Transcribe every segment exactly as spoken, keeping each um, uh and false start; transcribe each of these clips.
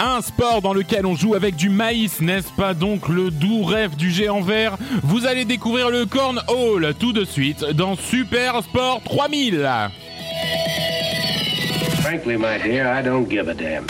un sport dans lequel on joue avec du maïs, n'est-ce pas donc le doux rêve du géant vert? Vous allez découvrir le cornhole tout de suite dans Super Sport trois mille. Frankly, my dear, I don't give a damn.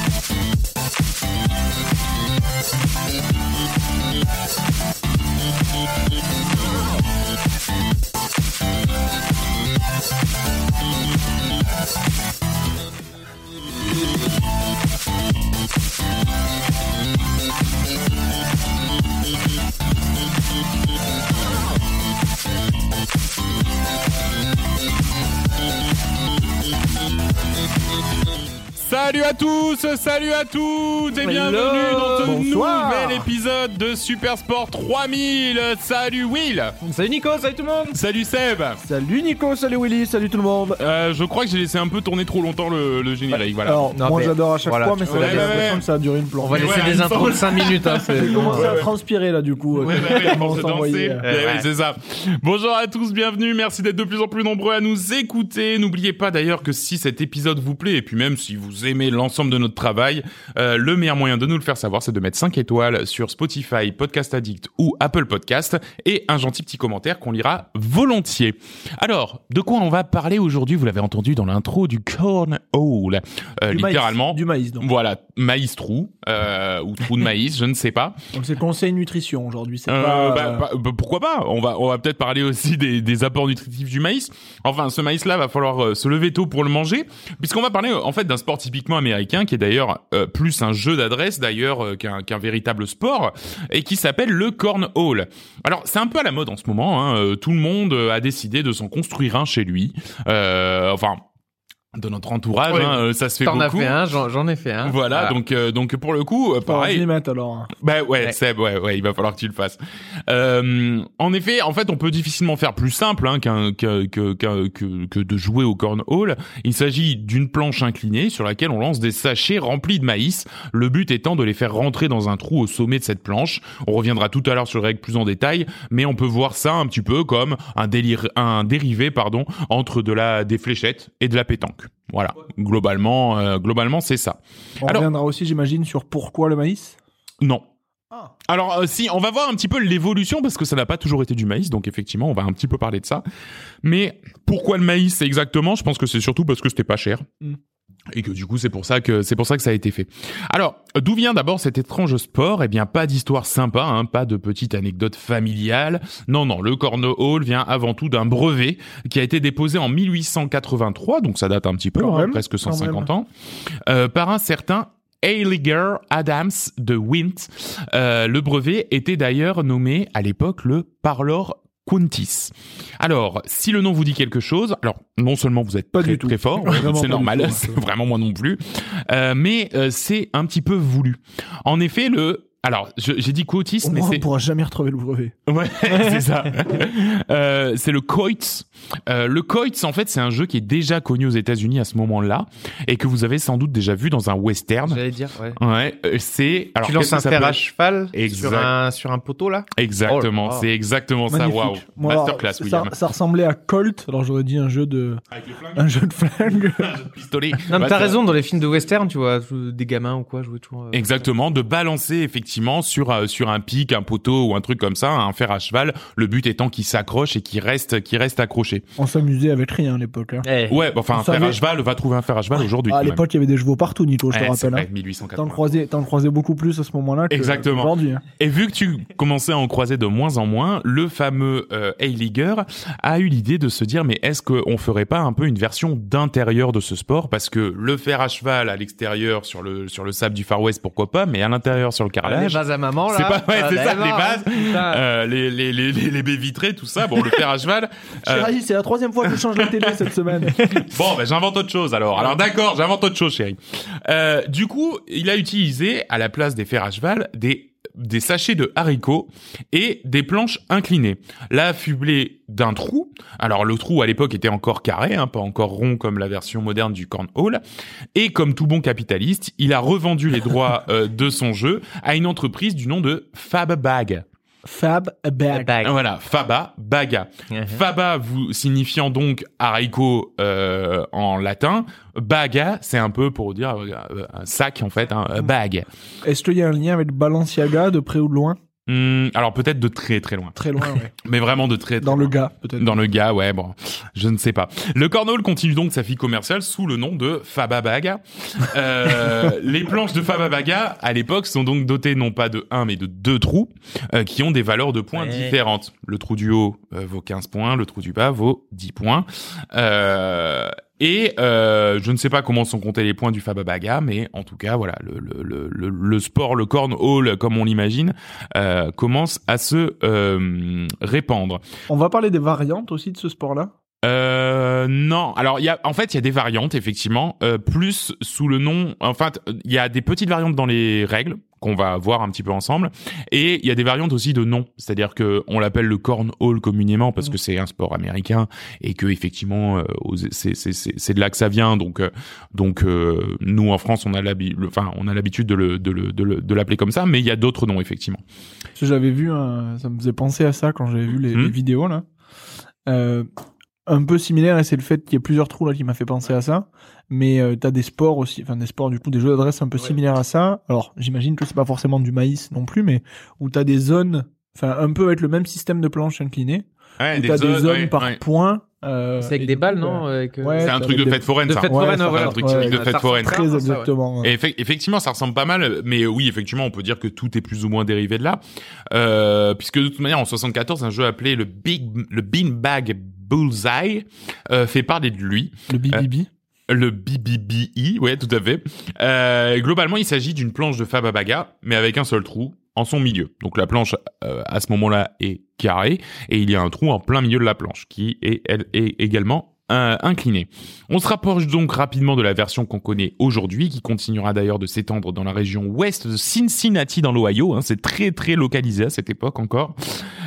Salut à tous, salut à toutes et bienvenue Hello. dans ce Bonsoir. nouvel épisode de Super Sport trois mille. Salut Will. Salut Nico, salut tout le monde. Salut Seb. Salut Nico, salut Willy, salut tout le monde. Euh, je crois que j'ai laissé un peu tourner trop longtemps le, le générique, voilà. Alors, Non, moi mais j'adore à chaque voilà, fois, mais tu ça vois, a ouais, l'impression ouais, ouais. que ça a duré une plombe. On va laisser Ouais, des il me intros semble. de cinq minutes. Hein, c'est... J'ai commencé Ouais, à ouais. transpirer là du coup. Ouais, bah, ouais, à force de On s'est envoyé, danser. euh, Ouais, ouais, ouais. c'est ça. Bonjour à tous, bienvenue. Merci d'être de plus en plus nombreux à nous écouter. N'oubliez pas d'ailleurs que si cet épisode vous plaît, et puis même si vous aimez l'ensemble de notre travail, euh, le meilleur moyen de nous le faire savoir, c'est de mettre cinq étoiles sur Spotify, Podcast Addict ou Apple Podcast et un gentil petit commentaire qu'on lira volontiers. Alors, de quoi on va parler aujourd'hui? Vous l'avez entendu dans l'intro du cornhole. Euh, Du maïs, littéralement. du maïs, donc. Voilà, maïs trou, euh, ou trou de maïs, je ne sais pas. Donc c'est conseil nutrition aujourd'hui, c'est Euh, pas... bah, euh, bah, bah, pourquoi pas? On va, on va peut-être parler aussi des, des apports nutritifs du maïs. Enfin, ce maïs-là, va falloir euh, se lever tôt pour le manger, puisqu'on va parler en fait d'un sport typiquement américain qui est d'ailleurs euh, plus un jeu d'adresse d'ailleurs euh, qu'un, qu'un véritable sport, et qui s'appelle le cornhole. Alors, c'est un peu à la mode en ce moment. Hein, euh, tout le monde euh, a décidé de s'en construire un chez lui. Euh, enfin. De notre entourage, Oui. hein, euh, ça se fait T'en as beaucoup. fait un, j'en, j'en ai fait un. Voilà, donc euh, donc pour le coup, euh, faut avoir pareil. des limite, alors. Bah ouais, Ouais. Seb, ouais, ouais, il va falloir que tu le fasses. Euh, en effet, en fait, on peut difficilement faire plus simple hein, qu'un, que, que, que, que, que de jouer au cornhole. Il s'agit d'une planche inclinée sur laquelle on lance des sachets remplis de maïs. Le but étant de les faire rentrer dans un trou au sommet de cette planche. On reviendra tout à l'heure sur les règles plus en détail, mais on peut voir ça un petit peu comme un délire, un dérivé, pardon, entre de la des fléchettes et de la pétanque. Voilà, globalement, euh, globalement, c'est ça. On Alors- reviendra aussi, j'imagine, sur pourquoi le maïs. Non. Ah. Alors euh, si, on va voir un petit peu l'évolution parce que ça n'a pas toujours été du maïs, donc effectivement, on va un petit peu parler de ça. Mais pourquoi le maïs exactement? Je pense que c'est surtout parce que c'était pas cher. Mm. Et que du coup, c'est pour ça que c'est pour ça que ça a été fait. Alors, d'où vient d'abord cet étrange sport? Eh bien, pas d'histoire sympa, hein, pas de petite anecdote familiale. Non, non, le cornhole vient avant tout d'un brevet qui a été déposé en mille huit cent quatre-vingt-trois, donc ça date un petit peu, Quand hein, même, presque cent cinquante quand ans, euh, par un certain Heiliger Adams de Wint. Euh, le brevet était d'ailleurs nommé à l'époque le Parlor Quintis. Alors, si le nom vous dit quelque chose, alors non seulement vous êtes Pas très du tout. très fort, Vraiment c'est pas du normal, tout, hein. c'est vraiment moi non plus, euh, mais euh, c'est un petit peu voulu. En effet, le alors je- j'ai dit Quotis, Au mais moins, c'est on pourra jamais retrouver le brevet. ouais, c'est ça. Euh, c'est le Quoits. Euh, le Quoits, en fait, c'est un jeu qui est déjà connu aux États-Unis à ce moment-là et que vous avez sans doute déjà vu dans un western. J'allais dire, ouais. Ouais, euh, c'est alors Tu lances qu'est-ce un que ça fer peut à être cheval Exact. sur un, sur un poteau, là? Exactement, Oh là là. c'est exactement ça. Magnifique. Waouh, Moi, alors, masterclass, ça, William. ça ressemblait à Colt, alors j'aurais dit un jeu de, Avec le flingue, un jeu de flingue. un jeu de pistolet. Non, mais Bah, t'as ça- raison, dans les films de western, tu vois, des gamins ou quoi, jouer toujours... euh, Exactement, de balancer effectivement sur euh, sur un pic, un poteau ou un truc comme ça, un fer à cheval. Le but étant qu'il s'accroche et qu'il reste qu'il reste accroché. On s'amusait avec rien à l'époque. Hein. Eh. Ouais, bah, enfin Vous un fer savez- à cheval, va trouver un fer à cheval aujourd'hui. Ah, à quand même. l'époque, il y avait des chevaux partout, Nico, je te Ouais, c'est rappelle. vrai, Hein. mille huit cent T'en le quatre-vingts. croisais, t'en le croisais beaucoup plus à ce moment-là que Exactement. aujourd'hui. Hein. Et vu que tu commençais à en croiser de moins en moins, le fameux euh, Heiliger a eu l'idée de se dire mais est-ce qu'on ferait pas un peu une version d'intérieur de ce sport, parce que le fer à cheval à l'extérieur sur le sur le sable du Far West pourquoi pas, mais à l'intérieur sur le Les carrelage. vases à maman, là. C'est pas ouais, Ah, c'est ça, d'accord, les vases, putain. euh, les, les les les les baies vitrées, tout ça. Bon, le fer à cheval. euh, Chérie, c'est la troisième fois que je change la télé cette semaine. Bon, ben j'invente autre chose alors. Alors d'accord, j'invente autre chose, chérie. Euh, du coup, il a utilisé à la place des fers à cheval des des sachets de haricots et des planches inclinées. Là, affublé d'un trou. Alors le trou à l'époque était encore carré, hein, pas encore rond comme la version moderne du cornhole. Et comme tout bon capitaliste, il a revendu les droits euh, de son jeu à une entreprise du nom de Fab Bag. Fab a bag. Bag. Voilà, Faba Baga. Mhm. Faba vous signifiant donc haricot euh, en latin. Baga, c'est un peu pour dire euh, un sac en fait, un hein, bag. Est-ce qu'il y a un lien avec Balenciaga de près ou de loin? Hum, alors peut-être de très très loin, Très loin, ouais. mais vraiment de très, très Dans loin. le gars, peut-être. Dans le gars, ouais, bon, je ne sais pas. Le cornhole continue donc sa vie commerciale sous le nom de Faba Baga. Euh, les planches de Faba Baga, à l'époque, sont donc dotées non pas de un, mais de deux trous, euh, qui ont des valeurs de points Ouais. différentes. Le trou du haut euh, vaut quinze points, le trou du bas vaut dix points. Euh, et euh, je ne sais pas comment sont comptés les points du Faba Baga, mais en tout cas, voilà, le, le, le, le, le sport, le cornhole, comme on l'imagine, euh, commence à se euh, répandre. On va parler des variantes aussi de ce sport-là. Euh, non. Alors, il y a, en fait, il y a des variantes, effectivement, euh, plus sous le nom, enfin, il y a des petites variantes dans les règles qu'on va voir un petit peu ensemble, et il y a des variantes aussi de nom, c'est-à-dire que on l'appelle le cornhole communément parce que c'est un sport américain et que effectivement, euh, c'est c'est c'est c'est de là que ça vient, donc euh, donc euh, nous en France on a l'habitude, enfin on a l'habitude de le de le de le de l'appeler comme ça, mais il y a d'autres noms effectivement. Parce que j'avais vu, un... ça me faisait penser à ça quand j'avais vu les, Hmm. les vidéos là. Euh, un peu similaire, et c'est le fait qu'il y ait plusieurs trous là qui m'a fait penser à ça. Mais euh, t'as des sports aussi, enfin des sports du coup, des jeux d'adresse un peu Ouais. similaires à ça. Alors j'imagine que c'est pas forcément du maïs non plus, mais où t'as des zones, enfin un peu avec le même système de planche inclinée, Ouais, où t'as des zones ouais, par ouais. point. Euh, C'est avec et des du balles, coup, non euh, avec, euh, ouais, C'est un avec truc de des- fête foraine, de ça. fête Ouais, foraine, ça, voilà. un truc ouais, typique de Ça fête ressemble foraine. vraiment Très à ça, ouais. exactement. Et effe- effectivement, ça ressemble pas mal, mais oui, effectivement, on peut dire que tout est plus ou moins dérivé de là, euh, puisque de toute manière, en soixante-quatorze, un jeu appelé le Big, le Beanbag Bullseye euh, fait parler de lui. Le B B B. Le B B B I, ouais, tout à fait. Euh, globalement, il s'agit d'une planche de Faba Baga, mais avec un seul trou en son milieu. Donc la planche, euh, à ce moment-là, est carrée, et il y a un trou en plein milieu de la planche, qui est, elle, est également euh, inclinée. On se rapproche donc rapidement de la version qu'on connaît aujourd'hui, qui continuera d'ailleurs de s'étendre dans la région ouest de Cincinnati, dans l'Ohio. Hein, c'est très, très localisé à cette époque encore.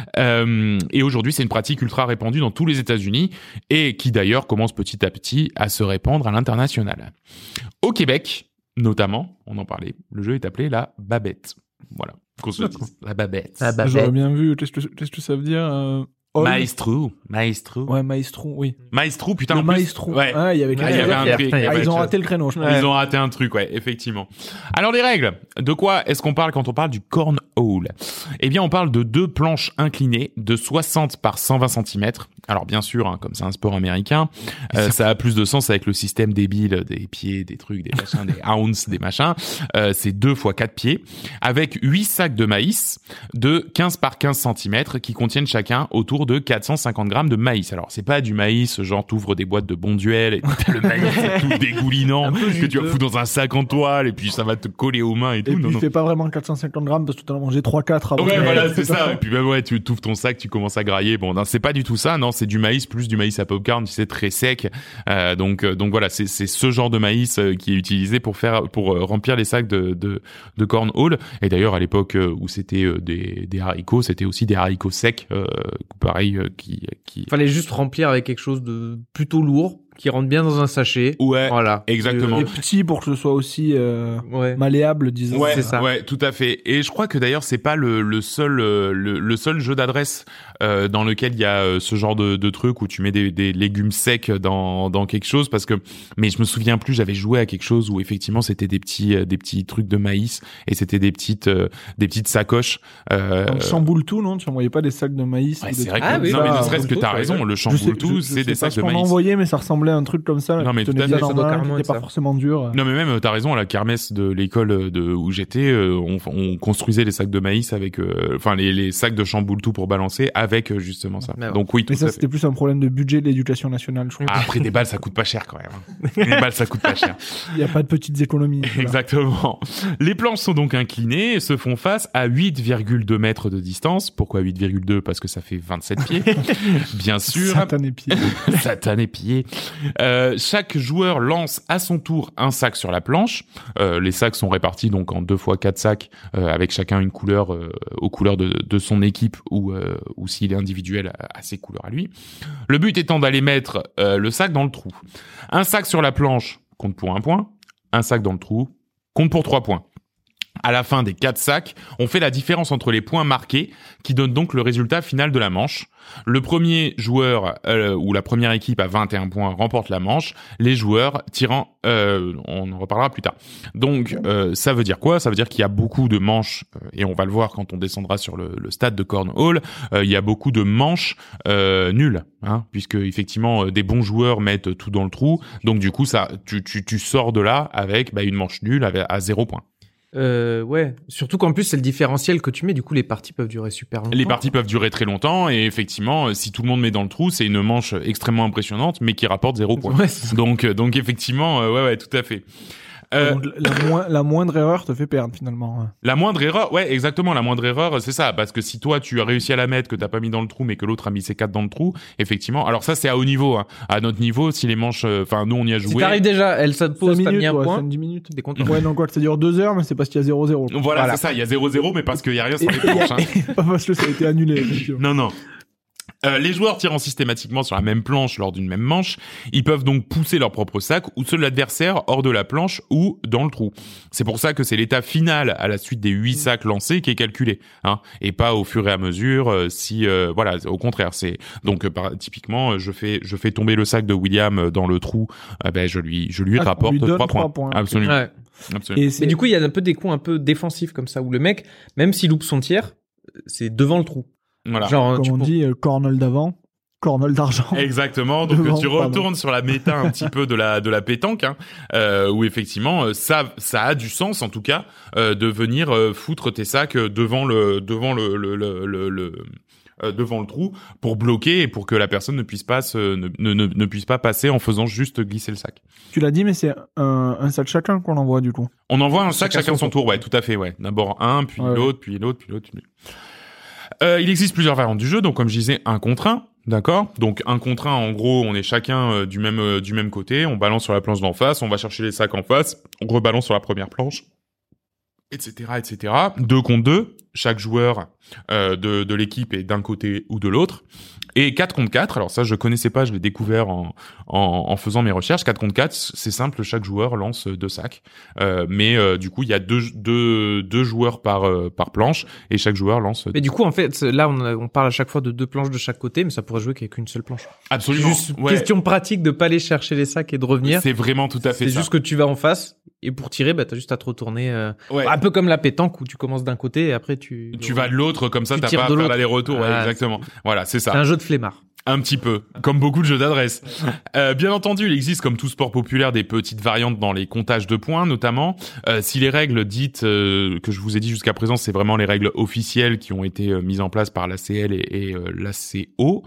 Euh, et aujourd'hui, c'est une pratique ultra répandue dans tous les États-Unis et qui d'ailleurs commence petit à petit à se répandre à l'international. Au Québec, notamment, on en parlait, le jeu est appelé la babette. Voilà, qu'on se le dise, la babette. Ah, bah, J'aurais bête. bien vu. Qu'est-ce que, qu'est-ce que ça veut dire euh, hall Maestro, maestro. Ouais, maestro, oui. Maestro, putain, Le en plus- maestro. Ouais. Ah, il y avait Ah, il y avait un Ouais, truc. putain, il y il y Ah, avait ils ont quelque raté le créneau. je chose. pense. Ils ont raté un truc, ouais, effectivement. Alors les règles, de quoi est-ce qu'on parle quand on parle du cornhole ? Eh bien, on parle de deux planches inclinées de soixante par cent vingt centimètres. Alors bien sûr, hein, comme c'est un sport américain, euh, ça a plus de sens avec le système débile des pieds, des trucs, des machins, des ounces, des machins. Euh, c'est deux fois quatre pieds, avec huit sacs de maïs de quinze par quinze centimètres qui contiennent chacun autour de quatre cent cinquante grammes de maïs. Alors c'est pas du maïs, genre t'ouvres des boîtes de Bonduel et t'as le maïs tout dégoulinant que tu vas foutre dans un sac en toile et puis ça va te coller aux mains et tout. Et non, puis, il non. fait pas vraiment quatre cent cinquante grammes parce que tu en as mangé trois quatre avant. Ouais, que- voilà, c'est ça. Et puis même ouais, tu ouvres ton sac, tu commences à grailler. Bon, non, c'est pas du tout ça. Non, c'est du maïs plus du maïs à popcorn, tu sais, très sec. Euh, donc, euh, donc voilà, c'est c'est ce genre de maïs euh, qui est utilisé pour faire pour euh, remplir les sacs de de, de cornhole. Et d'ailleurs, à l'époque euh, où c'était euh, des des haricots, c'était aussi des haricots secs, euh, pareil, euh, qui qui. Fallait juste remplir avec quelque chose de plutôt lourd, qui rentre bien dans un sachet. Ouais, Voilà. exactement. Et petit pour que ce soit aussi euh, Ouais. malléable, disons. Ouais, c'est ça. ouais, tout à fait. Et je crois que d'ailleurs c'est pas le, le seul euh, le, le seul jeu d'adresse euh, dans lequel il y a euh, ce genre de, de truc où tu mets des, des légumes secs dans dans quelque chose parce que mais je me souviens plus, j'avais joué à quelque chose où effectivement c'était des petits euh, des petits trucs de maïs et c'était des petites euh, des petites sacoches. Euh, Donc, chamboule tout, non? Tu envoyais pas des sacs de maïs? ouais, ou des c'est vrai trucs que Ah comme oui, non ça, mais ne euh, serait-ce que tout, t'as ouais. raison, le Je sais- chamboule je- tout, je c'est sais des pas sacs ce de qu'on m'a maïs. envoyé, mais ça ressemblait à un truc comme ça. Non, mais qui tout à tenait bien fait. en Ça doit main, carrément qui être était pas ça. forcément dur. Non mais même t'as raison, à la kermesse de l'école de où j'étais, euh, on, on construisait les sacs de maïs avec, euh, enfin les, les sacs de chamboule tout pour balancer avec euh, justement ça. Mais ouais. Donc oui, tout Mais ça, à fait. c'était plus un problème de budget de l'éducation nationale, je crois. Ah, après des balles ça coûte pas cher quand même. hein. Des balles ça coûte pas cher. Il n'y a pas de petites économies. voilà. Exactement. Les planches sont donc inclinées et se font face à huit virgule deux mètres de distance. Pourquoi huit virgule deux ? Parce que ça fait vingt-sept pieds. Bien sûr. Satané pied. Satané pied. Euh, chaque joueur lance à son tour un sac sur la planche. Euh, les sacs sont répartis donc en deux fois quatre sacs euh, avec chacun une couleur euh, aux couleurs de, de son équipe ou euh, ou s'il est individuel à, à ses couleurs à lui. Le but étant d'aller mettre euh, le sac dans le trou. Un sac sur la planche compte pour un point. Un sac dans le trou compte pour trois points. à la fin des quatre sacs, on fait la différence entre les points marqués, qui donnent donc le résultat final de la manche. Le premier joueur euh, ou la première équipe à vingt et un points remporte la manche. Les joueurs tirant, euh, on en reparlera plus tard. Donc, euh, ça veut dire quoi ? Ça veut dire qu'il y a beaucoup de manches, euh, et on va le voir quand on descendra sur le, le stade de Cornhole. Euh, il y a beaucoup de manches euh, nulles, hein, puisque effectivement euh, des bons joueurs mettent tout dans le trou. Donc du coup, ça, tu, tu, tu sors de là avec bah, une manche nulle avec, à zéro point. Euh, ouais, surtout qu'en plus c'est le différentiel que tu mets, du coup les parties peuvent durer super longtemps. Les parties peuvent durer très longtemps et effectivement, si tout le monde met dans le trou, c'est une manche extrêmement impressionnante mais qui rapporte zéro point. Ouais, c'est ça. Donc, donc effectivement, euh, ouais, ouais, tout à fait. Euh, Donc, la, moins, la moindre erreur te fait perdre finalement. La moindre erreur, ouais, exactement, la moindre erreur, c'est ça, parce que si toi tu as réussi à la mettre, que t'as pas mis dans le trou, mais que l'autre a mis ses quatre dans le trou, effectivement. Alors ça, c'est à haut niveau, hein. À notre niveau, si les manches, enfin, euh, nous on y a joué. Si t'arrives déjà, elle ça te pose, t'as mis un ouais, point. dix minutes. T'es content. Ouais, donc quoi que ça dure deux heures, mais c'est parce qu'il y a zéro zéro. Voilà, Voilà. c'est ça, il y a zéro zéro, mais parce qu'il y a rien sur les Et- et- planches, hein. et- Pas parce que ça a été annulé. effectivement. Non, non. Euh, les joueurs tirant systématiquement sur la même planche lors d'une même manche, ils peuvent donc pousser leur propre sac ou ceux de l'adversaire hors de la planche ou dans le trou. C'est pour ça que c'est l'état final à la suite des huit sacs lancés qui est calculé, hein, et pas au fur et à mesure. Euh, si euh, voilà, au contraire, c'est donc euh, par, typiquement, euh, je fais je fais tomber le sac de William dans le trou, euh, ben je lui je lui Ah, rapporte lui donne trois points. trois points. Absolument, Ouais. absolument. Et c'est- Mais du coup, il y a un peu des coups un peu défensifs comme ça où le mec, même s'il loupe son tir, c'est devant le trou. Voilà. Genre, comme tu on peux- dit, euh, cornol d'avant, cornol d'argent. Exactement. Donc Devant, tu pardon. retournes sur la méta un petit peu de la de la pétanque, hein, euh, où effectivement euh, ça ça a du sens en tout cas euh, de venir euh, foutre tes sacs euh, devant le devant le le le, le, le euh, devant le trou pour bloquer et pour que la personne ne puisse pas se, ne, ne ne ne puisse pas passer en faisant juste glisser le sac. Tu l'as dit, mais c'est un, un sac chacun qu'on envoie du coup. On envoie un sac Chacun chacun son son tour, ouais, tout à fait, ouais. D'abord un, puis Ouais, l'autre, puis l'autre, puis l'autre. Puis... Euh, il existe plusieurs variantes du jeu, donc comme je disais, un contre un, d'accord. Donc un contre un, en gros, on est chacun euh, du même euh, du même côté, on balance sur la planche d'en face, on va chercher les sacs en face, on rebalance sur la première planche, et cetera, et cetera. Deux contre deux, chaque joueur euh, de de l'équipe est d'un côté ou de l'autre. Et quatre contre quatre, alors ça je connaissais pas, je l'ai découvert en, en, en faisant mes recherches. quatre contre quatre, c'est simple, chaque joueur lance deux sacs. Euh, mais euh, du coup, il y a deux, deux, deux joueurs par, euh, par planche et chaque joueur lance... Mais du coup, en fait, là, on, a- on parle à chaque fois de deux planches de chaque côté, mais ça pourrait jouer qu'avec une seule planche. Absolument. Juste Ouais. question pratique de pas aller chercher les sacs et de revenir. C'est vraiment tout à fait C'est ça. juste que tu vas en face et pour tirer, bah t'as juste à te retourner. Euh, Ouais. Un peu comme la pétanque où tu commences d'un côté et après tu. Tu vas de l'autre, comme ça, Tu t'as tires pas à de faire l'autre. l'aller-retour. Ouais, Ah, exactement. Voilà, c'est C'est ça. un jeu de flemmard. Un petit peu, comme beaucoup de jeux d'adresse. Euh, bien entendu, il existe, comme tout sport populaire, des petites variantes dans les comptages de points, notamment. Euh, si les règles dites euh, que je vous ai dit jusqu'à présent, c'est vraiment les règles officielles qui ont été euh, mises en place par l'A C L et, et euh, l'A C O.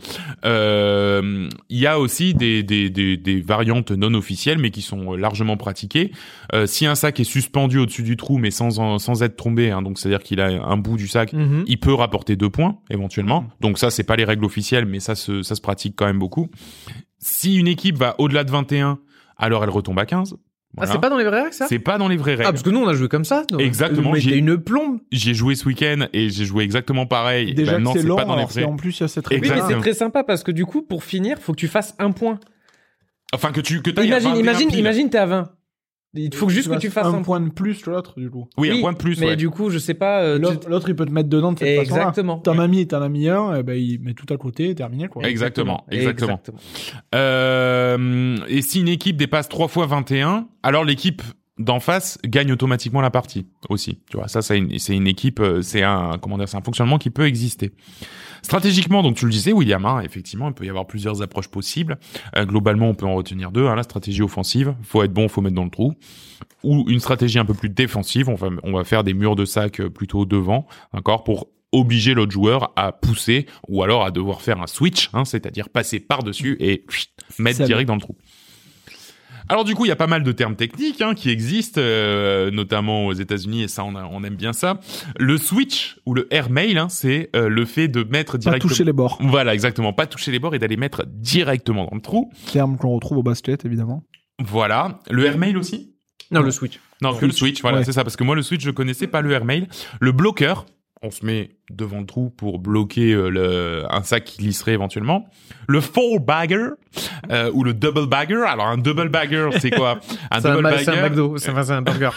Euh, il y a aussi des, des, des, des variantes non officielles, mais qui sont largement pratiquées. Euh, si un sac est suspendu au-dessus du trou, mais sans en- sans être tombé, hein, donc c'est-à-dire qu'il a un bout du sac, Mhm. il peut rapporter deux points éventuellement. Donc ça, c'est pas les règles officielles, mais ça se ça se pratique quand même beaucoup. Si une équipe va au-delà de vingt et un, alors elle retombe à quinze. Ah, Voilà. c'est pas dans les vraies règles ça C'est pas dans les vraies Ah, règles. parce que nous on a joué comme ça. donc. Exactement, Mais j'ai- t'as une plombe. J'ai joué ce week-end et j'ai joué exactement pareil. Déjà Ben que non, c'est c'est long, pas dans les alors vraies. en plus il y a cette Oui, règle. mais Exactement. c'est très sympa parce que du coup, pour finir, faut que tu fasses un point. Enfin que tu que t'ailles à Imagine, vingt et un imagine, piles. imagine, t'es à vingt. Il faut juste que tu fasses un, un point. point de plus que l'autre du coup. Oui, un point de plus. Mais Ouais. du coup, je sais pas. euh, tu- L'autre, l'autre, il peut te mettre dedans de cette façon-là. Exactement. T'en as mis, t'en as mis un, et ben il met tout à côté, terminé quoi. Exactement, exactement. Euh, et si une équipe dépasse trois fois vingt et un, alors l'équipe d'en face gagne automatiquement la partie aussi. Tu vois, ça c'est une, c'est une équipe, euh, c'est un comment dire, c'est un fonctionnement qui peut exister. Stratégiquement, donc tu le disais, William, hein, effectivement, il peut y avoir plusieurs approches possibles. Euh, globalement, on peut en retenir deux. Hein, la stratégie offensive, faut être bon, faut mettre dans le trou. Ou une stratégie un peu plus défensive, on va on va faire des murs de sac plutôt devant, d'accord, pour obliger l'autre joueur à pousser ou alors à devoir faire un switch, hein, c'est-à-dire passer par-dessus et chut, mettre Salut. direct dans le trou. Alors du coup, il y a pas mal de termes techniques hein, qui existent, euh, notamment aux États-Unis, et ça, on, a, on aime bien ça. Le switch ou le airmail, hein, c'est euh, le fait de mettre Pas directement. toucher les bords. Voilà, exactement, pas toucher les bords et d'aller mettre directement dans le trou. Terme qu'on retrouve au basket évidemment. Voilà. Le airmail aussi. Non, le switch. Non, que le switch, voilà, Ouais. c'est ça, parce que moi le switch je connaissais pas le airmail. Le bloqueur, on se met devant le trou pour bloquer euh, le, un sac qui glisserait éventuellement. Le four bagger euh, ou le double bagger. Alors un double bagger, c'est quoi? Un c'est double un, bagger. C'est un McDo, c'est, enfin, c'est un burger.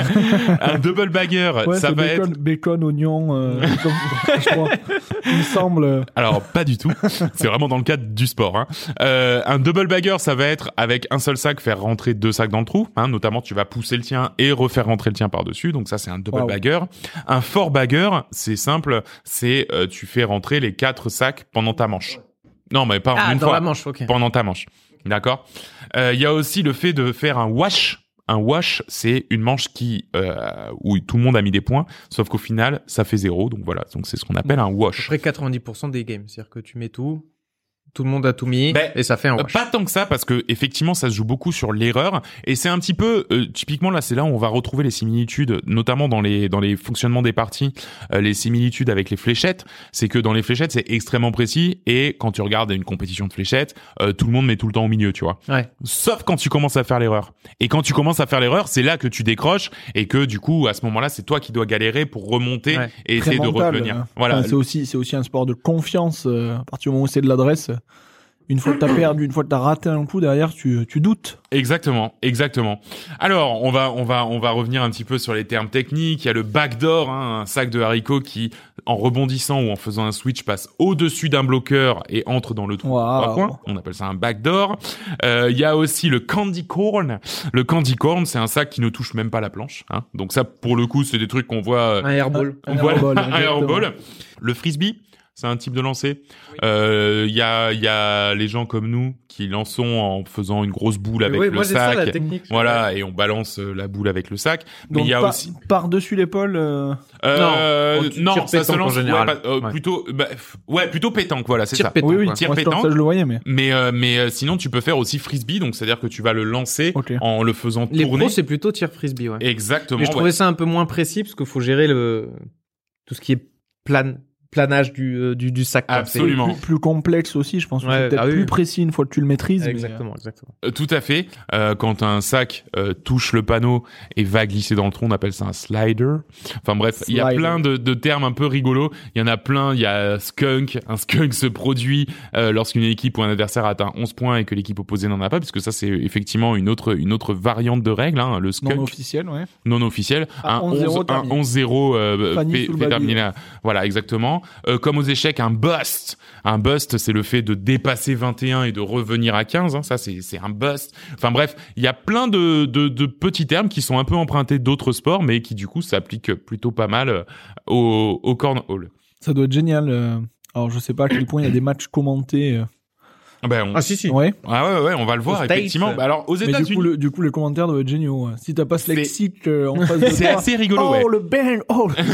Un double bagger, Ouais, ça c'est va bacon, être. bacon, oignon, euh, comme, je crois. Il me semble. Alors pas du tout. C'est vraiment dans le cadre du sport. Hein. Euh, un double bagger, ça va être avec un seul sac faire rentrer deux sacs dans le trou. Hein. Notamment, tu vas pousser le tien et refaire rentrer le tien par dessus. Donc ça, c'est un double Wow. bagger. Un four bagger, c'est simple. C'est euh, tu fais rentrer les quatre sacs pendant ta manche. Non, mais pas en Ah, une dans fois. la manche, ok. Pendant ta manche. D'accord. Il euh, y a aussi le fait de faire un wash. Un wash, c'est une manche qui euh, où tout le monde a mis des points, sauf qu'au final, ça fait zéro. Donc voilà, donc c'est ce qu'on appelle un wash. Après quatre-vingt-dix pour cent des games, c'est-à-dire que tu mets tout, tout le monde a tout mis, Ben, et ça fait un Euh, wash. Pas tant que ça, parce que effectivement, ça se joue beaucoup sur l'erreur, et c'est un petit peu euh, typiquement là, c'est là où on va retrouver les similitudes, notamment dans les dans les fonctionnements des parties, euh, les similitudes avec les fléchettes. C'est que dans les fléchettes, c'est extrêmement précis, et quand tu regardes une compétition de fléchettes, euh, tout le monde met tout le temps au milieu, tu vois. Ouais. Sauf quand tu commences à faire l'erreur. Et quand tu commences à faire l'erreur, c'est là que tu décroches, et que du coup, à ce moment-là, c'est toi qui dois galérer pour remonter Ouais. et Très essayer de mental, revenir. hein. Voilà. Enfin, c'est aussi, c'est aussi un sport de confiance. euh, à partir du moment où c'est de l'adresse, une fois que t'as perdu, une fois que t'as raté un coup derrière, tu, tu doutes. Exactement, exactement. Alors, on va, on va, on va revenir un petit peu sur les termes techniques. Il y a le backdoor, hein, un sac de haricots qui, en rebondissant ou en faisant un switch, passe au-dessus d'un bloqueur et entre dans le trou. Wow. Trois points. On appelle ça un backdoor. Euh, il y a aussi le candy corn. Le candy corn, c'est un sac qui ne touche même pas la planche. Hein. Donc ça, pour le coup, c'est des trucs qu'on voit. Euh, Un airball. on Un voit airball, un exactement. airball. Le frisbee. C'est un type de lancer. Euh, Il y a, il y a les gens comme nous qui lançons en faisant une grosse boule avec Oui, le moi, c'est ça, sac. la technique. Voilà, et on balance euh, la boule avec le sac. Mais Donc il y a par, aussi. par-dessus l'épaule. euh, Euh, Non, tu non, tires ça se pétanque en lance. général. ouais, pas- euh, Ouais. Plutôt, bah, f- ouais, plutôt pétanque. Voilà, c'est Tir ça. pétanque. Oui, oui. quoi. Tir Moi, c'est comme pétanque. ça, je le voyais, mais. Mais euh, mais euh, sinon, tu peux faire aussi frisbee. Donc, c'est-à-dire que tu vas le lancer Ok. en le faisant Les tourner. pros, c'est plutôt tir frisbee, ouais. Exactement. Mais je ouais. trouvais ça un peu moins précis parce qu'il faut gérer le tout ce qui est plan planage du euh, du, du sac. quoi. Absolument. Plus, plus complexe aussi, je pense que Ouais, c'est peut-être ah oui. plus précis une fois que tu le maîtrises. C'est- mais, Exactement, exactement. Euh, Tout à fait. Euh, quand un sac euh, touche le panneau et va glisser dans le trou, on appelle ça un slider. Enfin bref, il y a Slider. plein de, de termes un peu rigolos. Il y en a plein. Il y a skunk. Un skunk se produit euh, lorsqu'une équipe ou un adversaire atteint onze points et que l'équipe opposée n'en a pas, puisque ça c'est effectivement une autre une autre variante de règle. Hein, le euh, skunk non officiel, ouais. non officiel. Ah, un onze zéro onze un terminé. onze zéro euh, Fanny fait, sous le fait baby, terminer ouais. la- Voilà, exactement. Euh, comme aux échecs, un bust. Un bust, c'est le fait de dépasser vingt et un et de revenir à quinze. Hein. Ça, c'est c'est un bust. Enfin bref, il y a plein de, de, de petits termes qui sont un peu empruntés d'autres sports, mais qui du coup s'appliquent plutôt pas mal euh, au, au cornhole. Ça doit être génial. euh. Alors, je sais pas à quel point il y a des matchs commentés. euh. Ben, on... Ah si si. Ouais. ah ouais, ouais, on va le voir Aux States, effectivement. euh, Bah, alors aux Mais du États-Unis, coup, le, du coup, les commentaires doivent être géniaux. hein. Si t'as pas ce C'est- lexique euh, en face de c'est toi. assez rigolo. Oh, ouais. le bang! Oh, Oh,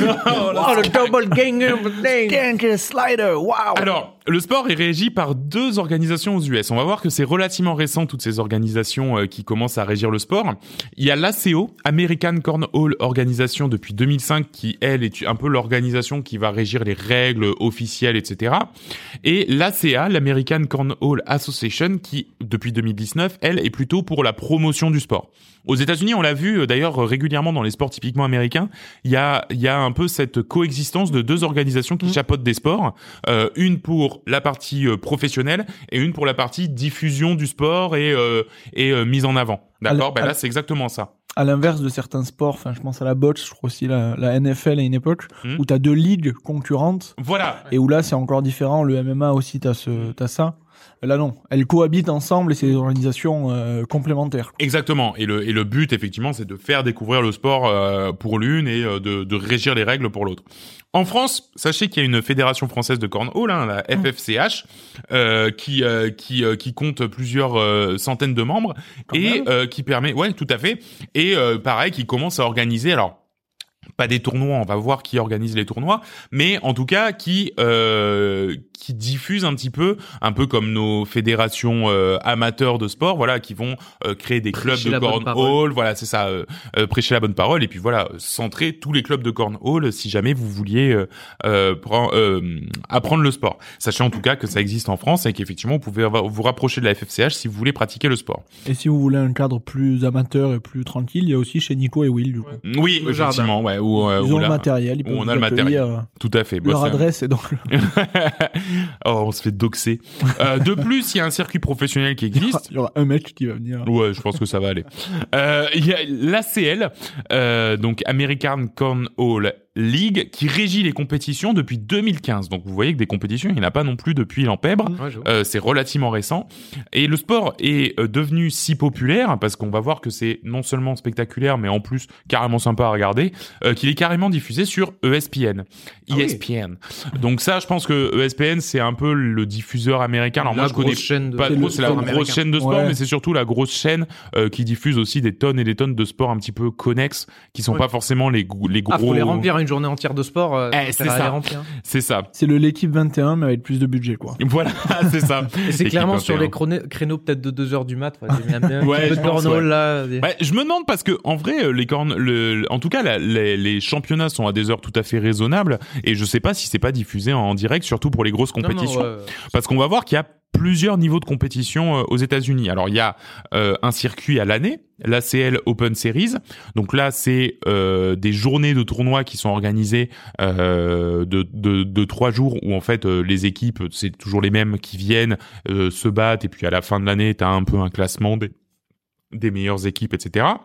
le double ganger thing. gang slider! Wow! Alors, le sport est régi par deux organisations aux U S. On va voir que c'est relativement récent, toutes ces organisations euh, qui commencent à régir le sport. Il y a l'A C O, American Cornhole Organisation, depuis deux mille cinq, qui, elle, est un peu l'organisation qui va régir les règles officielles, et cetera. Et l'A C A, l'American Cornhole Association, qui, depuis deux mille dix-neuf, elle, est plutôt pour la promotion du sport. Aux États-Unis, on l'a vu euh, d'ailleurs régulièrement dans les sports typiquement américains, il y a, il y a un peu cette coexistence de deux organisations qui Mmh. chapeautent des sports, euh, une pour la partie euh, professionnelle et une pour la partie diffusion du sport et, euh, et euh, mise en avant. D'accord. Alors, Ben là, alors- c'est exactement ça. À l'inverse de certains sports, enfin, je pense à la boxe, je crois aussi la, la N F L à une époque, Hmm. où t'as deux ligues concurrentes, Voilà. et où là, c'est encore différent. Le M M A aussi, t'as ce, t'as ça. Là, non. Elles cohabitent ensemble et c'est des organisations euh, complémentaires. Exactement. Et le, et le but, effectivement, c'est de faire découvrir le sport euh, pour l'une et euh, de, de régir les règles pour l'autre. En France, sachez qu'il y a une fédération française de cornhole, hein, la F F C H, euh, qui euh, qui euh, qui compte plusieurs euh, centaines de membres Quand et même. euh, qui permet, ouais, tout à fait, et euh, pareil, qui commence à organiser, alors pas des tournois, on va voir qui organise les tournois, mais en tout cas qui euh, qui diffuse un petit peu, un peu comme nos fédérations euh, amateurs de sport, voilà, qui vont euh, créer des clubs Prêcher de la bonne cornhole, voilà, c'est ça, euh, euh, prêcher la bonne parole, et puis voilà, centrer tous les clubs de cornhole si jamais vous vouliez euh, euh, prend- euh, apprendre le sport. Sachez en tout cas que ça existe en France et qu'effectivement vous pouvez avoir- vous rapprocher de la F F C H si vous voulez pratiquer le sport. Et si vous voulez un cadre plus amateur et plus tranquille, il y a aussi chez Nico et Will, du coup. Oui, Au effectivement, ouais, où où, euh, Ils où ont là, le matériel, ils où peuvent on vous a le matériel. accueillir. Tout à fait. Bah, Leur c'est- adresse est donc le... oh, on se fait doxer. Euh, de plus, il y a un circuit professionnel qui existe. Il y aura un mec qui va venir. Ouais, je pense que ça va aller. Euh, il y a l'A C L, euh, donc American Cornhole League, qui régit les compétitions depuis deux mille quinze. Donc vous voyez que des compétitions, il n'y en a pas non plus depuis l'Empèbre. Ouais, j'avoue. Euh, c'est relativement récent. Et le sport est euh, devenu si populaire, parce qu'on va voir que c'est non seulement spectaculaire, mais en plus carrément sympa à regarder, euh, qu'il est carrément diffusé sur E S P N. Ah oui. E S P N. Donc ça, je pense que E S P N, c'est un peu le diffuseur américain. Alors La moi, je connais grosse chaîne de- pas c'est trop, le c'est la sport grosse américain. chaîne de sport, Ouais. mais c'est surtout la grosse chaîne euh, qui diffuse aussi des tonnes et des tonnes de sports un petit peu connexes, qui sont Ouais. pas forcément les, gros- les gros... Ah, faut les remplir une journée entière de sport. Euh, Eh, ça c'est sert à ça. les remplir. C'est ça. C'est le l'équipe vingt et un, mais avec plus de budget, quoi. Voilà, c'est ça. Et c'est Équipe clairement sur vingt et un. les chrono- créneaux peut-être de deux heures du mat. Ouais, j'ai mis un, un Ouais, petit peu je de pense, cornhole, ouais. là. des- Ouais, je me demande parce que en vrai euh, les cornes le en tout cas la- les, les championnats sont à des heures tout à fait raisonnables et je sais pas si c'est pas diffusé en direct, surtout pour les grosses Non, non, compétitions, ouais. parce qu'on va voir qu'il y a plusieurs niveaux de compétition euh, aux États-Unis. Alors il y a euh, un circuit à l'année, l'A C L Open Series. Donc là c'est euh, des journées de tournois qui sont organisées euh, de, de de trois jours où en fait euh, les équipes c'est toujours les mêmes qui viennent euh, se battent et puis à la fin de l'année t'as un peu un classement des des meilleures équipes, et cetera.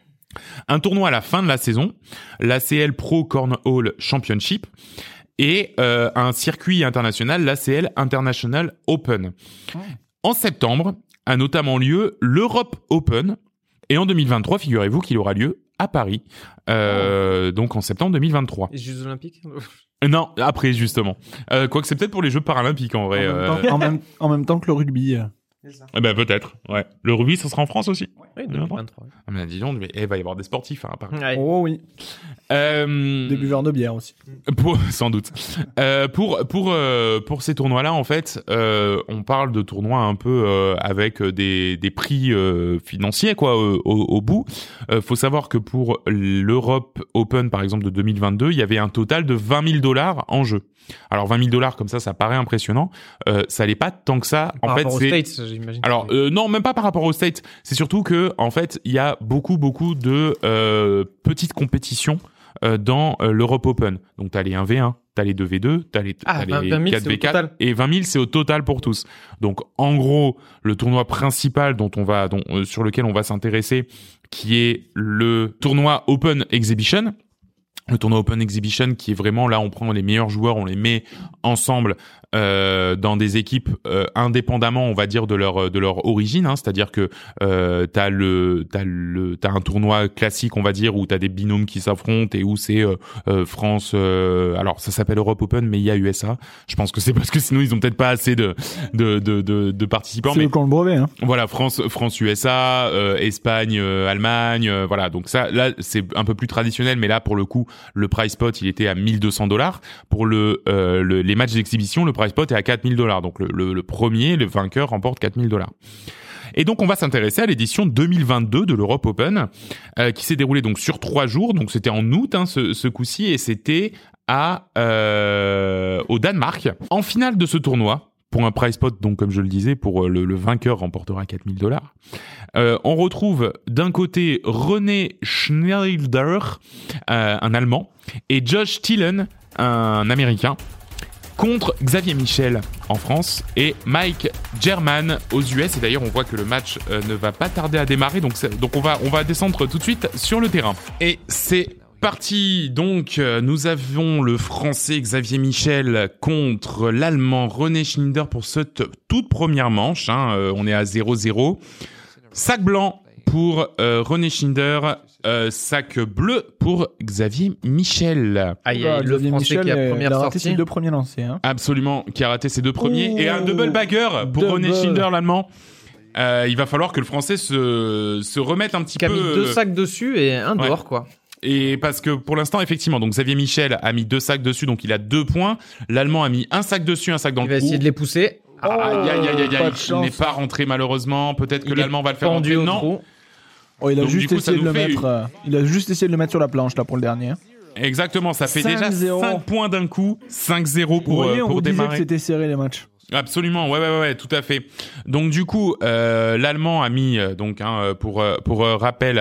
Un tournoi à la fin de la saison, l'A C L Pro Cornhole Championship, et euh, un circuit international, l'A C L International Open. En septembre a notamment lieu l'Europe Open, et en deux mille vingt-trois, figurez-vous qu'il aura lieu à Paris, euh, donc en septembre deux mille vingt-trois. Les Jeux Olympiques. Non, après justement. Euh, quoique c'est peut-être pour les Jeux paralympiques en vrai. En, même euh, temps, en, même, en même temps que le rugby. euh. eh ben peut-être. Ouais. Le rugby, ça sera en France aussi. Oui, deux mille vingt-trois. Ah mais dis donc, mais il va y avoir des sportifs hein, à Paris. Ouais. Oh oui, Euh, des buveurs de bière aussi. Pour, sans doute. Euh, pour pour euh, pour ces tournois-là, en fait, euh, on parle de tournois un peu euh, avec des des prix euh, financiers quoi au, au, au bout. Euh, faut savoir que pour l'Europe Open par exemple de deux mille vingt-deux, il y avait un total de vingt mille dollars en jeu. Alors vingt mille dollars comme ça, ça paraît impressionnant. Euh, ça l'est pas tant que ça. Par en fait, rapport aux c'est States, j'imagine. alors euh, non, même pas par rapport aux States. C'est surtout que en fait, il y a beaucoup beaucoup de euh, petites compétitions euh, dans euh, l'Europe Open. Donc t'as les un v un, t'as les deux v deux, t'as les, Ah, t'as les vingt mille, quatre c'est au v quatre total. et vingt mille c'est au total pour tous. Donc en gros, le tournoi principal dont on va dont, euh, sur lequel on va s'intéresser, qui est le tournoi Open Exhibition. Le tournoi Open Exhibition qui est vraiment là, on prend les meilleurs joueurs, on les met ensemble euh, dans des équipes euh, indépendamment, on va dire de leur de leur origine. Hein, c'est-à-dire que euh, t'as le t'as le t'as un tournoi classique, on va dire, où t'as des binômes qui s'affrontent et où c'est euh, euh, France. Euh, alors ça s'appelle Europe Open, mais il y a U S A. Je pense que c'est parce que sinon ils ont peut-être pas assez de de de de, de participants. C'est Mais eux qui ont le brevet, hein. voilà, France, France, U S A, euh, Espagne, euh, Allemagne, euh, voilà. Donc ça, là, c'est un peu plus traditionnel, mais là, pour le coup, le prize pot, il était à mille deux cents dollars. Pour le, euh, le, les matchs d'exhibition, le prize pot est à quatre mille dollars. Donc le, le, le premier, le vainqueur, remporte quatre mille dollars. Et donc on va s'intéresser à l'édition deux mille vingt-deux de l'Europe Open, euh, qui s'est déroulée donc sur trois jours. Donc c'était en août, hein, ce, ce coup-ci, et c'était à euh, au Danemark. En finale de ce tournoi, pour un prize pot, donc comme je le disais, pour le, le vainqueur remportera quatre mille dollars. Euh, on retrouve d'un côté René Schneider, euh, un Allemand, et Josh Thielen, un Américain, contre Xavier Michel en France et Mike German aux U S. Et d'ailleurs, on voit que le match euh, ne va pas tarder à démarrer, donc, c'est, donc on va on va descendre tout de suite sur le terrain. Et c'est parti. Donc, euh, nous avons le Français Xavier Michel contre l'Allemand René Schneider pour cette toute première manche. Hein, euh, on est à zéro zéro. Sac blanc pour euh, René Schneider, euh, sac bleu pour Xavier Michel. Aïe, Bah, aïe, le Xavier Français Michel, qui a euh, première il a raté sortie. ses deux premiers lancers. Hein. Absolument, qui a raté ses deux premiers. Oh, et un double bagger pour double. René Schneider, l'Allemand. Euh, il va falloir que le Français se, se remette un petit Qui a peu... mis deux euh, sacs dessus et un ouais. dehors, quoi. Et parce que pour l'instant, effectivement, donc Xavier Michel a mis deux sacs dessus, donc il a deux points. L'Allemand a mis un sac dessus, un sac dans Il le va trou. essayer de les pousser. Aïe, aïe, aïe, aïe, Pas aïe. de Il chance. n'est pas rentré malheureusement. Peut-être que Il est l'Allemand va le faire pendu rentrer. au Non. trou. Oh, il a Donc, juste du coup, ça essayé de nous le fait mettre. euh, il a juste essayé de le mettre sur la planche là pour le dernier. hein. Exactement, ça fait cinq déjà zéro. cinq points d'un coup. cinq zéro Vous pour, voyez, euh, on pour vous disait que démarrer. c'était serré les matchs. Absolument, ouais, ouais, ouais, ouais, tout à fait. Donc du coup, euh, l'Allemand a mis euh, donc hein, pour euh, pour euh, rappel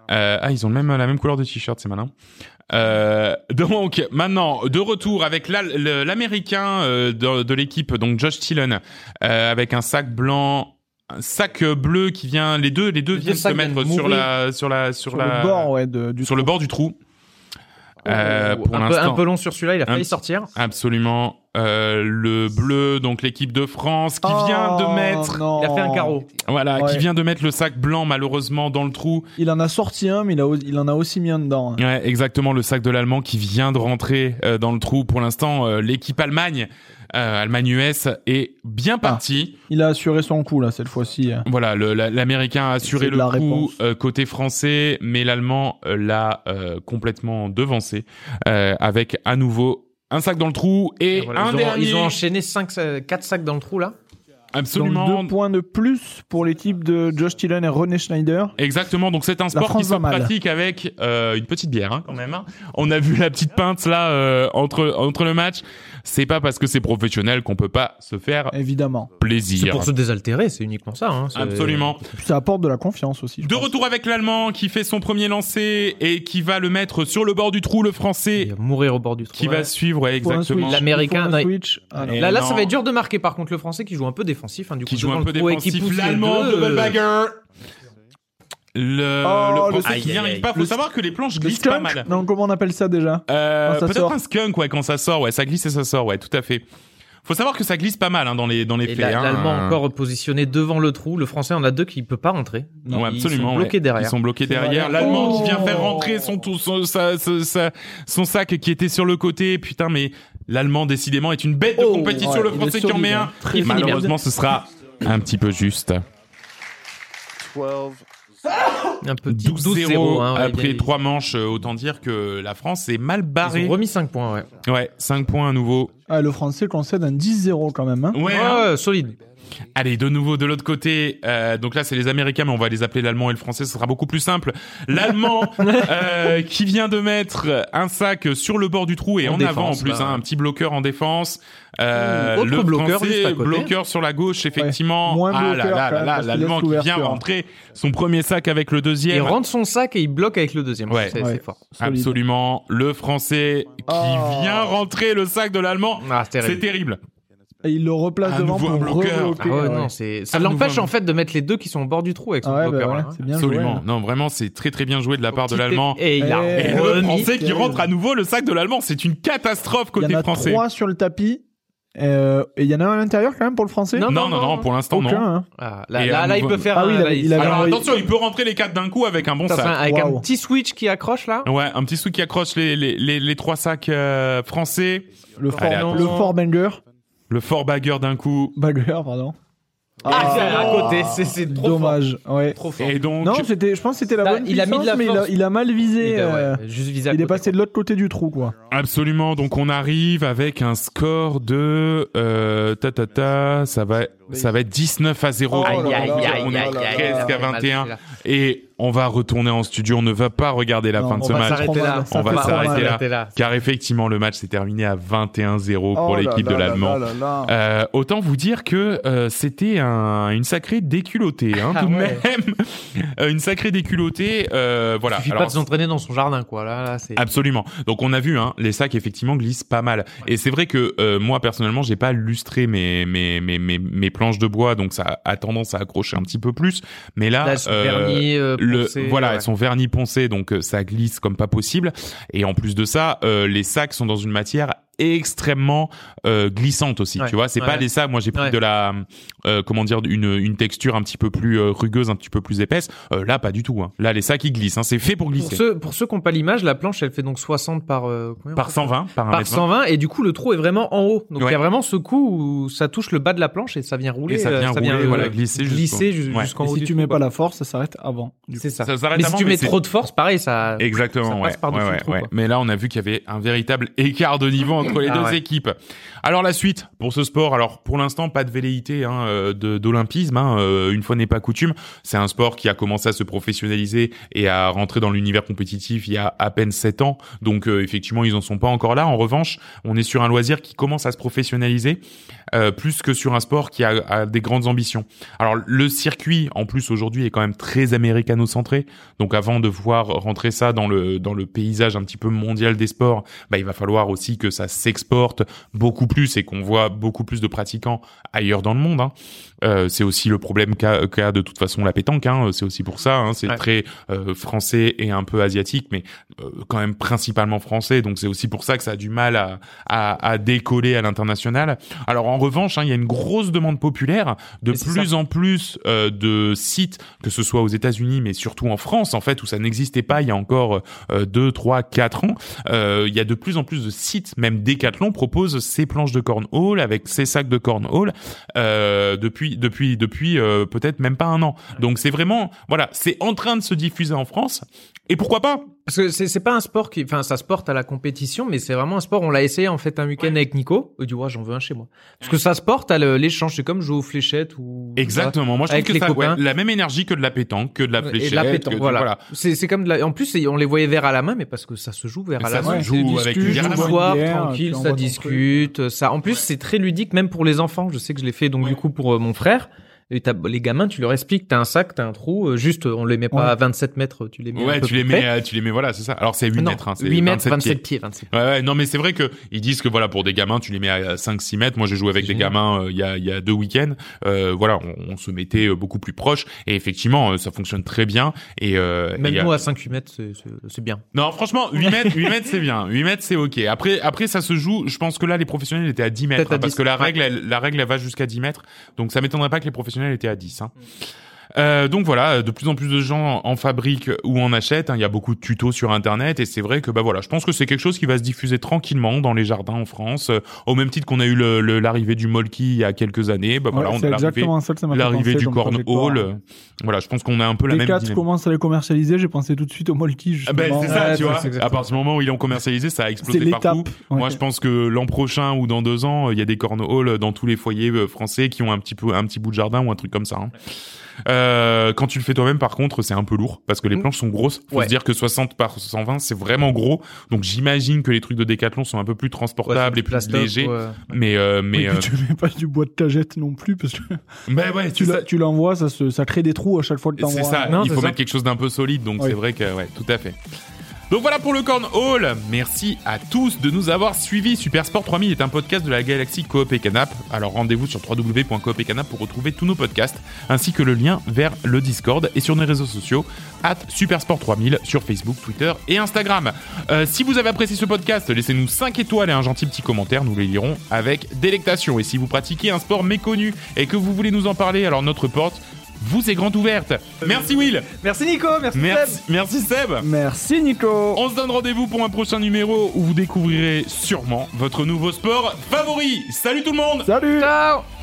Euh, ah, ils ont le même la même couleur de t-shirt, c'est malin. Euh, donc maintenant de retour avec la, le, l'américain euh, de, de l'équipe, donc Josh Tillon, euh, avec un sac blanc, un sac bleu qui vient, les deux les deux Les viennent deux se sacs mettre viennent sur mourir. la sur la sur, Sur la le bord, ouais, de, du sur le bord du trou. Euh, pour un, peu, l'instant, un peu long sur celui-là, il a failli Un- sortir. absolument. Euh, le bleu, donc l'équipe de France qui vient de Oh, mettre, non. Il a fait un carreau. voilà, Ouais. qui vient de mettre le sac blanc malheureusement dans le trou. Il en a sorti un, mais il, a, il en a aussi mis un dedans. hein. Ouais, exactement, le sac de l'Allemand qui vient de rentrer euh, dans le trou. Pour l'instant, euh, l'équipe Allemagne, euh, Allemagne-U S, est bien partie. Il a assuré son coup, là, cette fois-ci. hein. Voilà, le, la- l'Américain a assuré C'est de le la coup réponse. euh, côté français, mais l'Allemand euh, l'a euh, complètement devancé euh, avec à nouveau un sac dans le trou et, Et voilà, un ils, ont, dernier. ils ont enchaîné cinq, quatre sacs dans le trou là. Absolument. Donc deux points de plus pour l'équipe de Josh Tillon et René Schneider. Exactement, donc c'est un sport France qui se va mal. pratique avec euh, une petite bière hein, quand même. hein. On a vu la petite pinte là euh, entre entre le match. C'est pas parce que c'est professionnel qu'on peut pas se faire Évidemment. C'est plaisir. pour se désaltérer, c'est uniquement ça. Hein. C'est- Absolument. Puis ça apporte de la confiance aussi. je De pense. retour avec l'Allemand qui fait son premier lancer et qui va le mettre sur le bord du trou, le Il Français va mourir au bord du trou. qui ouais. va suivre, ouais, Pour un exactement. switch. L'Américain, Pour un non, switch. Ah, non. Et Là, là, non. ça va être dur de marquer. Par contre, le Français qui joue un peu défensif, hein, du coup, qui joue devant un le peu trou et qui défensif, pousse les l'Allemand, deux, double euh, bagger. Le, Oh, le le Français qui skunk. n'y arrive pas. Faut Le savoir que les planches Le glissent pas skunk mal. Non, comment on appelle ça déjà Euh, Quand ça peut-être sort. un skunk, ouais, quand ça sort, ouais, ça glisse et ça sort, ouais, tout à fait. Faut savoir que ça glisse pas mal hein, dans les dans les Et faits. la- hein. l'Allemand encore positionné devant le trou. Le Français en a deux qui ne peut pas rentrer. Ouais, Ils absolument. sont bloqués ouais. derrière. Ils sont bloqués C'est derrière. vrai. L'Allemand Oh. qui vient faire rentrer son tout son, sa- sa- sa- son sac qui était sur le côté. Putain, mais l'Allemand décidément est une bête de Oh, compétition. ouais, le il est Français qui en solide, met un. hein. Très fort. Malheureusement, ce sera un petit peu juste. Un petit douze zéro douze zéro. Hein, ouais, après ils- trois manches. euh, Autant dire que la France est mal Ils barrée. ont remis cinq points, ouais. Ouais, cinq points à nouveau. Ah, le Français concède un dix zéro quand même. Hein. Ouais. hein. Ouais, solide. Allez, de nouveau de l'autre côté. Euh, donc là, c'est les Américains, mais on va les appeler l'Allemand et le Français. Ce sera beaucoup plus simple. L'Allemand euh, qui vient de mettre un sac sur le bord du trou et En en, défense, avant en plus, là. hein, un petit bloqueur en défense. Euh, Ouh, autre le bloqueur Français, juste à côté. bloqueur sur la gauche, effectivement. Ouais, moins ah là bloqueur, là quand là même, là, parce qu'il l'Allemand laisse qui vient l'ouverture. rentrer son premier sac avec le Il deuxième. rentre son sac et il bloque avec le deuxième. Ouais. C'est Ouais. c'est fort. Solide. Absolument. Le Français qui Oh. vient rentrer le sac de l'Allemand. Ah, c'est C'est terrible. terrible. Et il le replace À devant nouveau pour un bloqueur. rebloquer. Ah ouais, ouais. non, c'est ça Ah, l'empêche nouveau- en fait de mettre les deux qui sont au bord du trou avec son Ah ouais, bah bloqueur. ouais, là, hein. c'est bien Absolument. joué. hein. Non, vraiment, c'est très très bien joué de la part de Petit l'Allemand. Et il a Et Et le remis. Français qui terrible. rentre à nouveau le sac de l'Allemand, c'est une catastrophe Il y côté en a français. trois sur le tapis. Euh, et il y en a un à l'intérieur quand même pour le Français Non, Non, non, non, pour l'instant Aucun. non. Hein. Ah, là, Et là, à là, il nouveau- peut faire Ah oui, un, il là, avait- il- il avait Alors envoyé- attention, il peut rentrer les quatre d'un coup avec un bon Ça, sac. ça, avec Waouh. un petit switch qui accroche là. Ouais, un petit truc qui accroche les les les, les trois sacs euh, français. Le fort, Allez, le attention. fort banger. Le fort bagger d'un coup. Bagger, pardon. Ah, c'est à côté, c'est c'est trop Dommage. Ouais. fort. Trop fort. Et donc Non, c'était, je pense que c'était la Là, bonne il a mis de puissance, la mais il a, force. il a mal visé. Il a- ouais, euh, juste visé à il est côté, passé de l'autre côté du trou, quoi. absolument. Donc on arrive avec un score de euh, ta ta ta. Ça va ça va être dix-neuf à zéro. Oh Aïe, là aïe, là aïe, là aïe, on est aïe, aïe, presque à aïe, vingt et un. mal, là. Et on va retourner en studio. On ne va pas regarder la Non, fin de On ce va match. s'arrêter là. Ça On va fait trop s'arrêter mal. là. Car effectivement, le match s'est terminé à vingt et un zéro pour Oh là l'équipe là de là l'Allemand. là là là. Euh, autant vous dire que euh, c'était un, une sacrée déculottée, hein, Ah tout de ouais. même. Euh, une sacrée déculottée. Euh, voilà. Il suffit Alors, pas de s'entraîner dans son jardin, quoi. Là, là, c'est. absolument. Donc on a vu, hein, les sacs effectivement glissent pas mal. Et c'est vrai que euh, moi personnellement, j'ai pas lustré mes mes mes mes mes planches de bois, donc ça a tendance à accrocher un petit peu plus. Mais là, Là, elles sont euh, vernis, euh, le poncés, voilà, ouais. elles sont vernis poncés, donc euh, ça glisse comme pas possible. Et en plus de ça, euh, les sacs sont dans une matière extrêmement euh, glissante aussi, Ouais, tu vois, c'est ouais. pas les sacs, moi j'ai pris Ouais. de la euh, comment dire, une une texture un petit peu plus euh, rugueuse, un petit peu plus épaisse. Euh, là pas du tout, hein. Là les sacs ils glissent, hein. C'est fait pour Pour glisser. ceux, pour ceux qui n'ont pas l'image, la planche, elle fait donc soixante par, euh, combien on Par fait cent vingt, par un Par mètre vingt. cent vingt, et du coup, le trou est vraiment en haut. Donc, il Ouais. y a vraiment ce coup où ça touche le bas de la planche et ça vient rouler. Et ça euh, vient rouler, euh, voilà, glisser jusqu'au- glisser jus- Ouais. jusqu'en Et haut si du tu trou, mets quoi. pas la force, ça s'arrête avant. du coup. C'est ça. Ça s'arrête Mais avant, si tu mais mets c'est- trop de force, pareil, ça. Exactement, ça ouais. passe par-dessus ouais, le ouais, trou, ouais. quoi. Mais là, on a vu qu'il y avait un véritable écart de niveau entre les Ah deux ouais. équipes. Alors la suite pour ce sport, alors pour l'instant pas de velléité hein, euh, de, d'olympisme, hein, euh, une fois n'est pas coutume. C'est un sport qui a commencé à se professionnaliser et à rentrer dans l'univers compétitif il y a à peine sept ans. Donc euh, effectivement ils en sont pas encore là. En revanche, on est sur un loisir qui commence à se professionnaliser euh, plus que sur un sport qui a, a des grandes ambitions. Alors le circuit en plus aujourd'hui est quand même très américano-centré. Donc avant de voir rentrer ça dans le dans le paysage un petit peu mondial des sports, bah il va falloir aussi que ça s'exporte beaucoup plus et qu'on voit beaucoup plus de pratiquants ailleurs dans le monde. Hein. Euh, c'est aussi le problème qu'a, qu'a de toute façon la pétanque. Hein. C'est aussi pour ça. Hein. C'est Ouais. très euh, français et un peu asiatique, mais euh, quand même principalement français. Donc c'est aussi pour ça que ça a du mal à, à, à décoller à l'international. Alors en revanche, hein, il y a une grosse demande populaire, de Mais c'est plus ça. en plus euh, de sites, que ce soit aux États-Unis, mais surtout en France, en fait, où ça n'existait pas il y a encore euh, deux, trois, quatre ans. Euh, il y a de plus en plus de sites, même Decathlon propose ses planches de cornhole avec ses sacs de cornhole euh, depuis depuis depuis euh, peut-être même pas un an. Donc c'est vraiment voilà, c'est en train de se diffuser en France. Et pourquoi pas? Parce que c'est c'est pas un sport qui, enfin, ça se porte à la compétition, mais c'est vraiment un sport. On l'a essayé en fait un week-end avec Nico. Il dit ouais, j'en veux un chez moi. Parce que ça se porte à le- l'échange. C'est comme jouer aux fléchettes ou. Exactement. Moi, je Avec trouve que les ça, ouais, copains. la même énergie que de la pétanque, que de la Et fléchette. de la pétanque, que- voilà. C'est c'est comme de la. En plus, c'est- on les voyait verre à la main, mais parce que ça se joue verre Mais à ça la se main. joue Tu avec discutes, une bière à la tu main. bois, Une bière, tranquille, tu ça envoies ton discute. Ça. En plus, c'est très ludique, même pour les enfants. Je sais que je l'ai fait donc du coup pour euh, mon frère. Et t'as- les gamins, tu leur expliques, t'as un sac, t'as un trou, euh, juste, on les met pas Ouais. à vingt-sept mètres, tu les mets un Ouais, peu tu les plus mets, près. euh, tu les mets, voilà, c'est ça. Alors c'est huit Non, mètres, hein, c'est huit mètres, vingt-sept vingt-sept pieds. pieds, vingt-sept. Ouais, ouais, non, mais c'est vrai que ils disent que voilà, pour des gamins, tu les mets à cinq six mètres. Moi, j'ai joué avec C'est des génial. gamins euh, il y a il y a deux week-ends. Euh, voilà, on, on se mettait euh, beaucoup plus proche et effectivement, euh, ça fonctionne très bien. Et euh, Même et, nous, euh, à cinq huit mètres, c'est- c'est c'est bien. non, franchement, huit mètres, huit mètres, c'est bien. huit mètres, c'est ok. Après, après, ça se joue. Je pense que là, les professionnels étaient à dix mètres, Peut-être à hein, parce dix. que la Ouais. règle, elle, la règle, elle va jusqu'à dix mètres. Donc, ça m'étonnerait pas que les professionnels étaient à dix. Hein. Euh, donc voilà, de plus en plus de gens en fabriquent ou en achètent. Hein. Il y a beaucoup de tutos sur Internet et c'est vrai que bah voilà, je pense que c'est quelque chose qui va se diffuser tranquillement dans les jardins en France, euh, au même titre qu'on a eu le, le- l'arrivée du molki il y a quelques années. Bah voilà, Ouais, on c'est a l'arrivée, exactement ça que ça m'a fait l'arrivée penser du comme trajectoire. cornhole. Euh, voilà, je pense qu'on a un peu la Les même quatre dynamique. commencent à les commercialiser, j'ai pensé tout de suite au molki Ah justement. ben c'est ça, Ouais, tu c'est- vois. c'est exactement À partir du moment où ils l'ont commercialisé, ça a C'est explosé l'étape. partout. Ouais. Moi, je pense que l'an prochain ou dans deux ans, il y a des cornholes dans tous les foyers euh, français qui ont un petit peu un petit bout de jardin ou un truc comme ça. Hein. Euh, quand tu le fais toi-même, par contre, c'est un peu lourd parce que les Mmh. planches sont grosses. Faut Ouais. se dire que soixante par cent vingt, c'est vraiment gros. Donc j'imagine que les trucs de Decathlon sont un peu plus transportables Ouais, et plus plastoc, légers. ouais. Mais euh, mais Oui, euh, puis tu mets pas du bois de tagette non plus parce que bah ouais, tu, c'est la- ça. tu l'envoies, ça, se, ça crée des trous à chaque fois que t'envoies. C'est ça, Non, il c'est faut ça. mettre quelque chose d'un peu solide, donc Oui. c'est vrai que, ouais, tout à fait. Donc voilà pour le cornhole. Merci à tous de nous avoir suivis. Super Sport trois mille est un podcast de la galaxie Coop et Canap. Alors rendez-vous sur w w w point coop et canap pour retrouver tous nos podcasts, ainsi que le lien vers le Discord et sur nos réseaux sociaux, at Supersport trois mille sur Facebook, Twitter et Instagram. Euh, si vous avez apprécié ce podcast, laissez-nous cinq étoiles et un gentil petit commentaire, nous les lirons avec délectation. Et si vous pratiquez un sport méconnu et que vous voulez nous en parler, alors notre porte vous est grande ouverte. Merci Will. Merci Nico, merci, Merci, Seb. merci Seb. Merci Nico. On se donne rendez-vous pour un prochain numéro où vous découvrirez sûrement votre nouveau sport favori. Salut tout le monde. Salut. Ciao.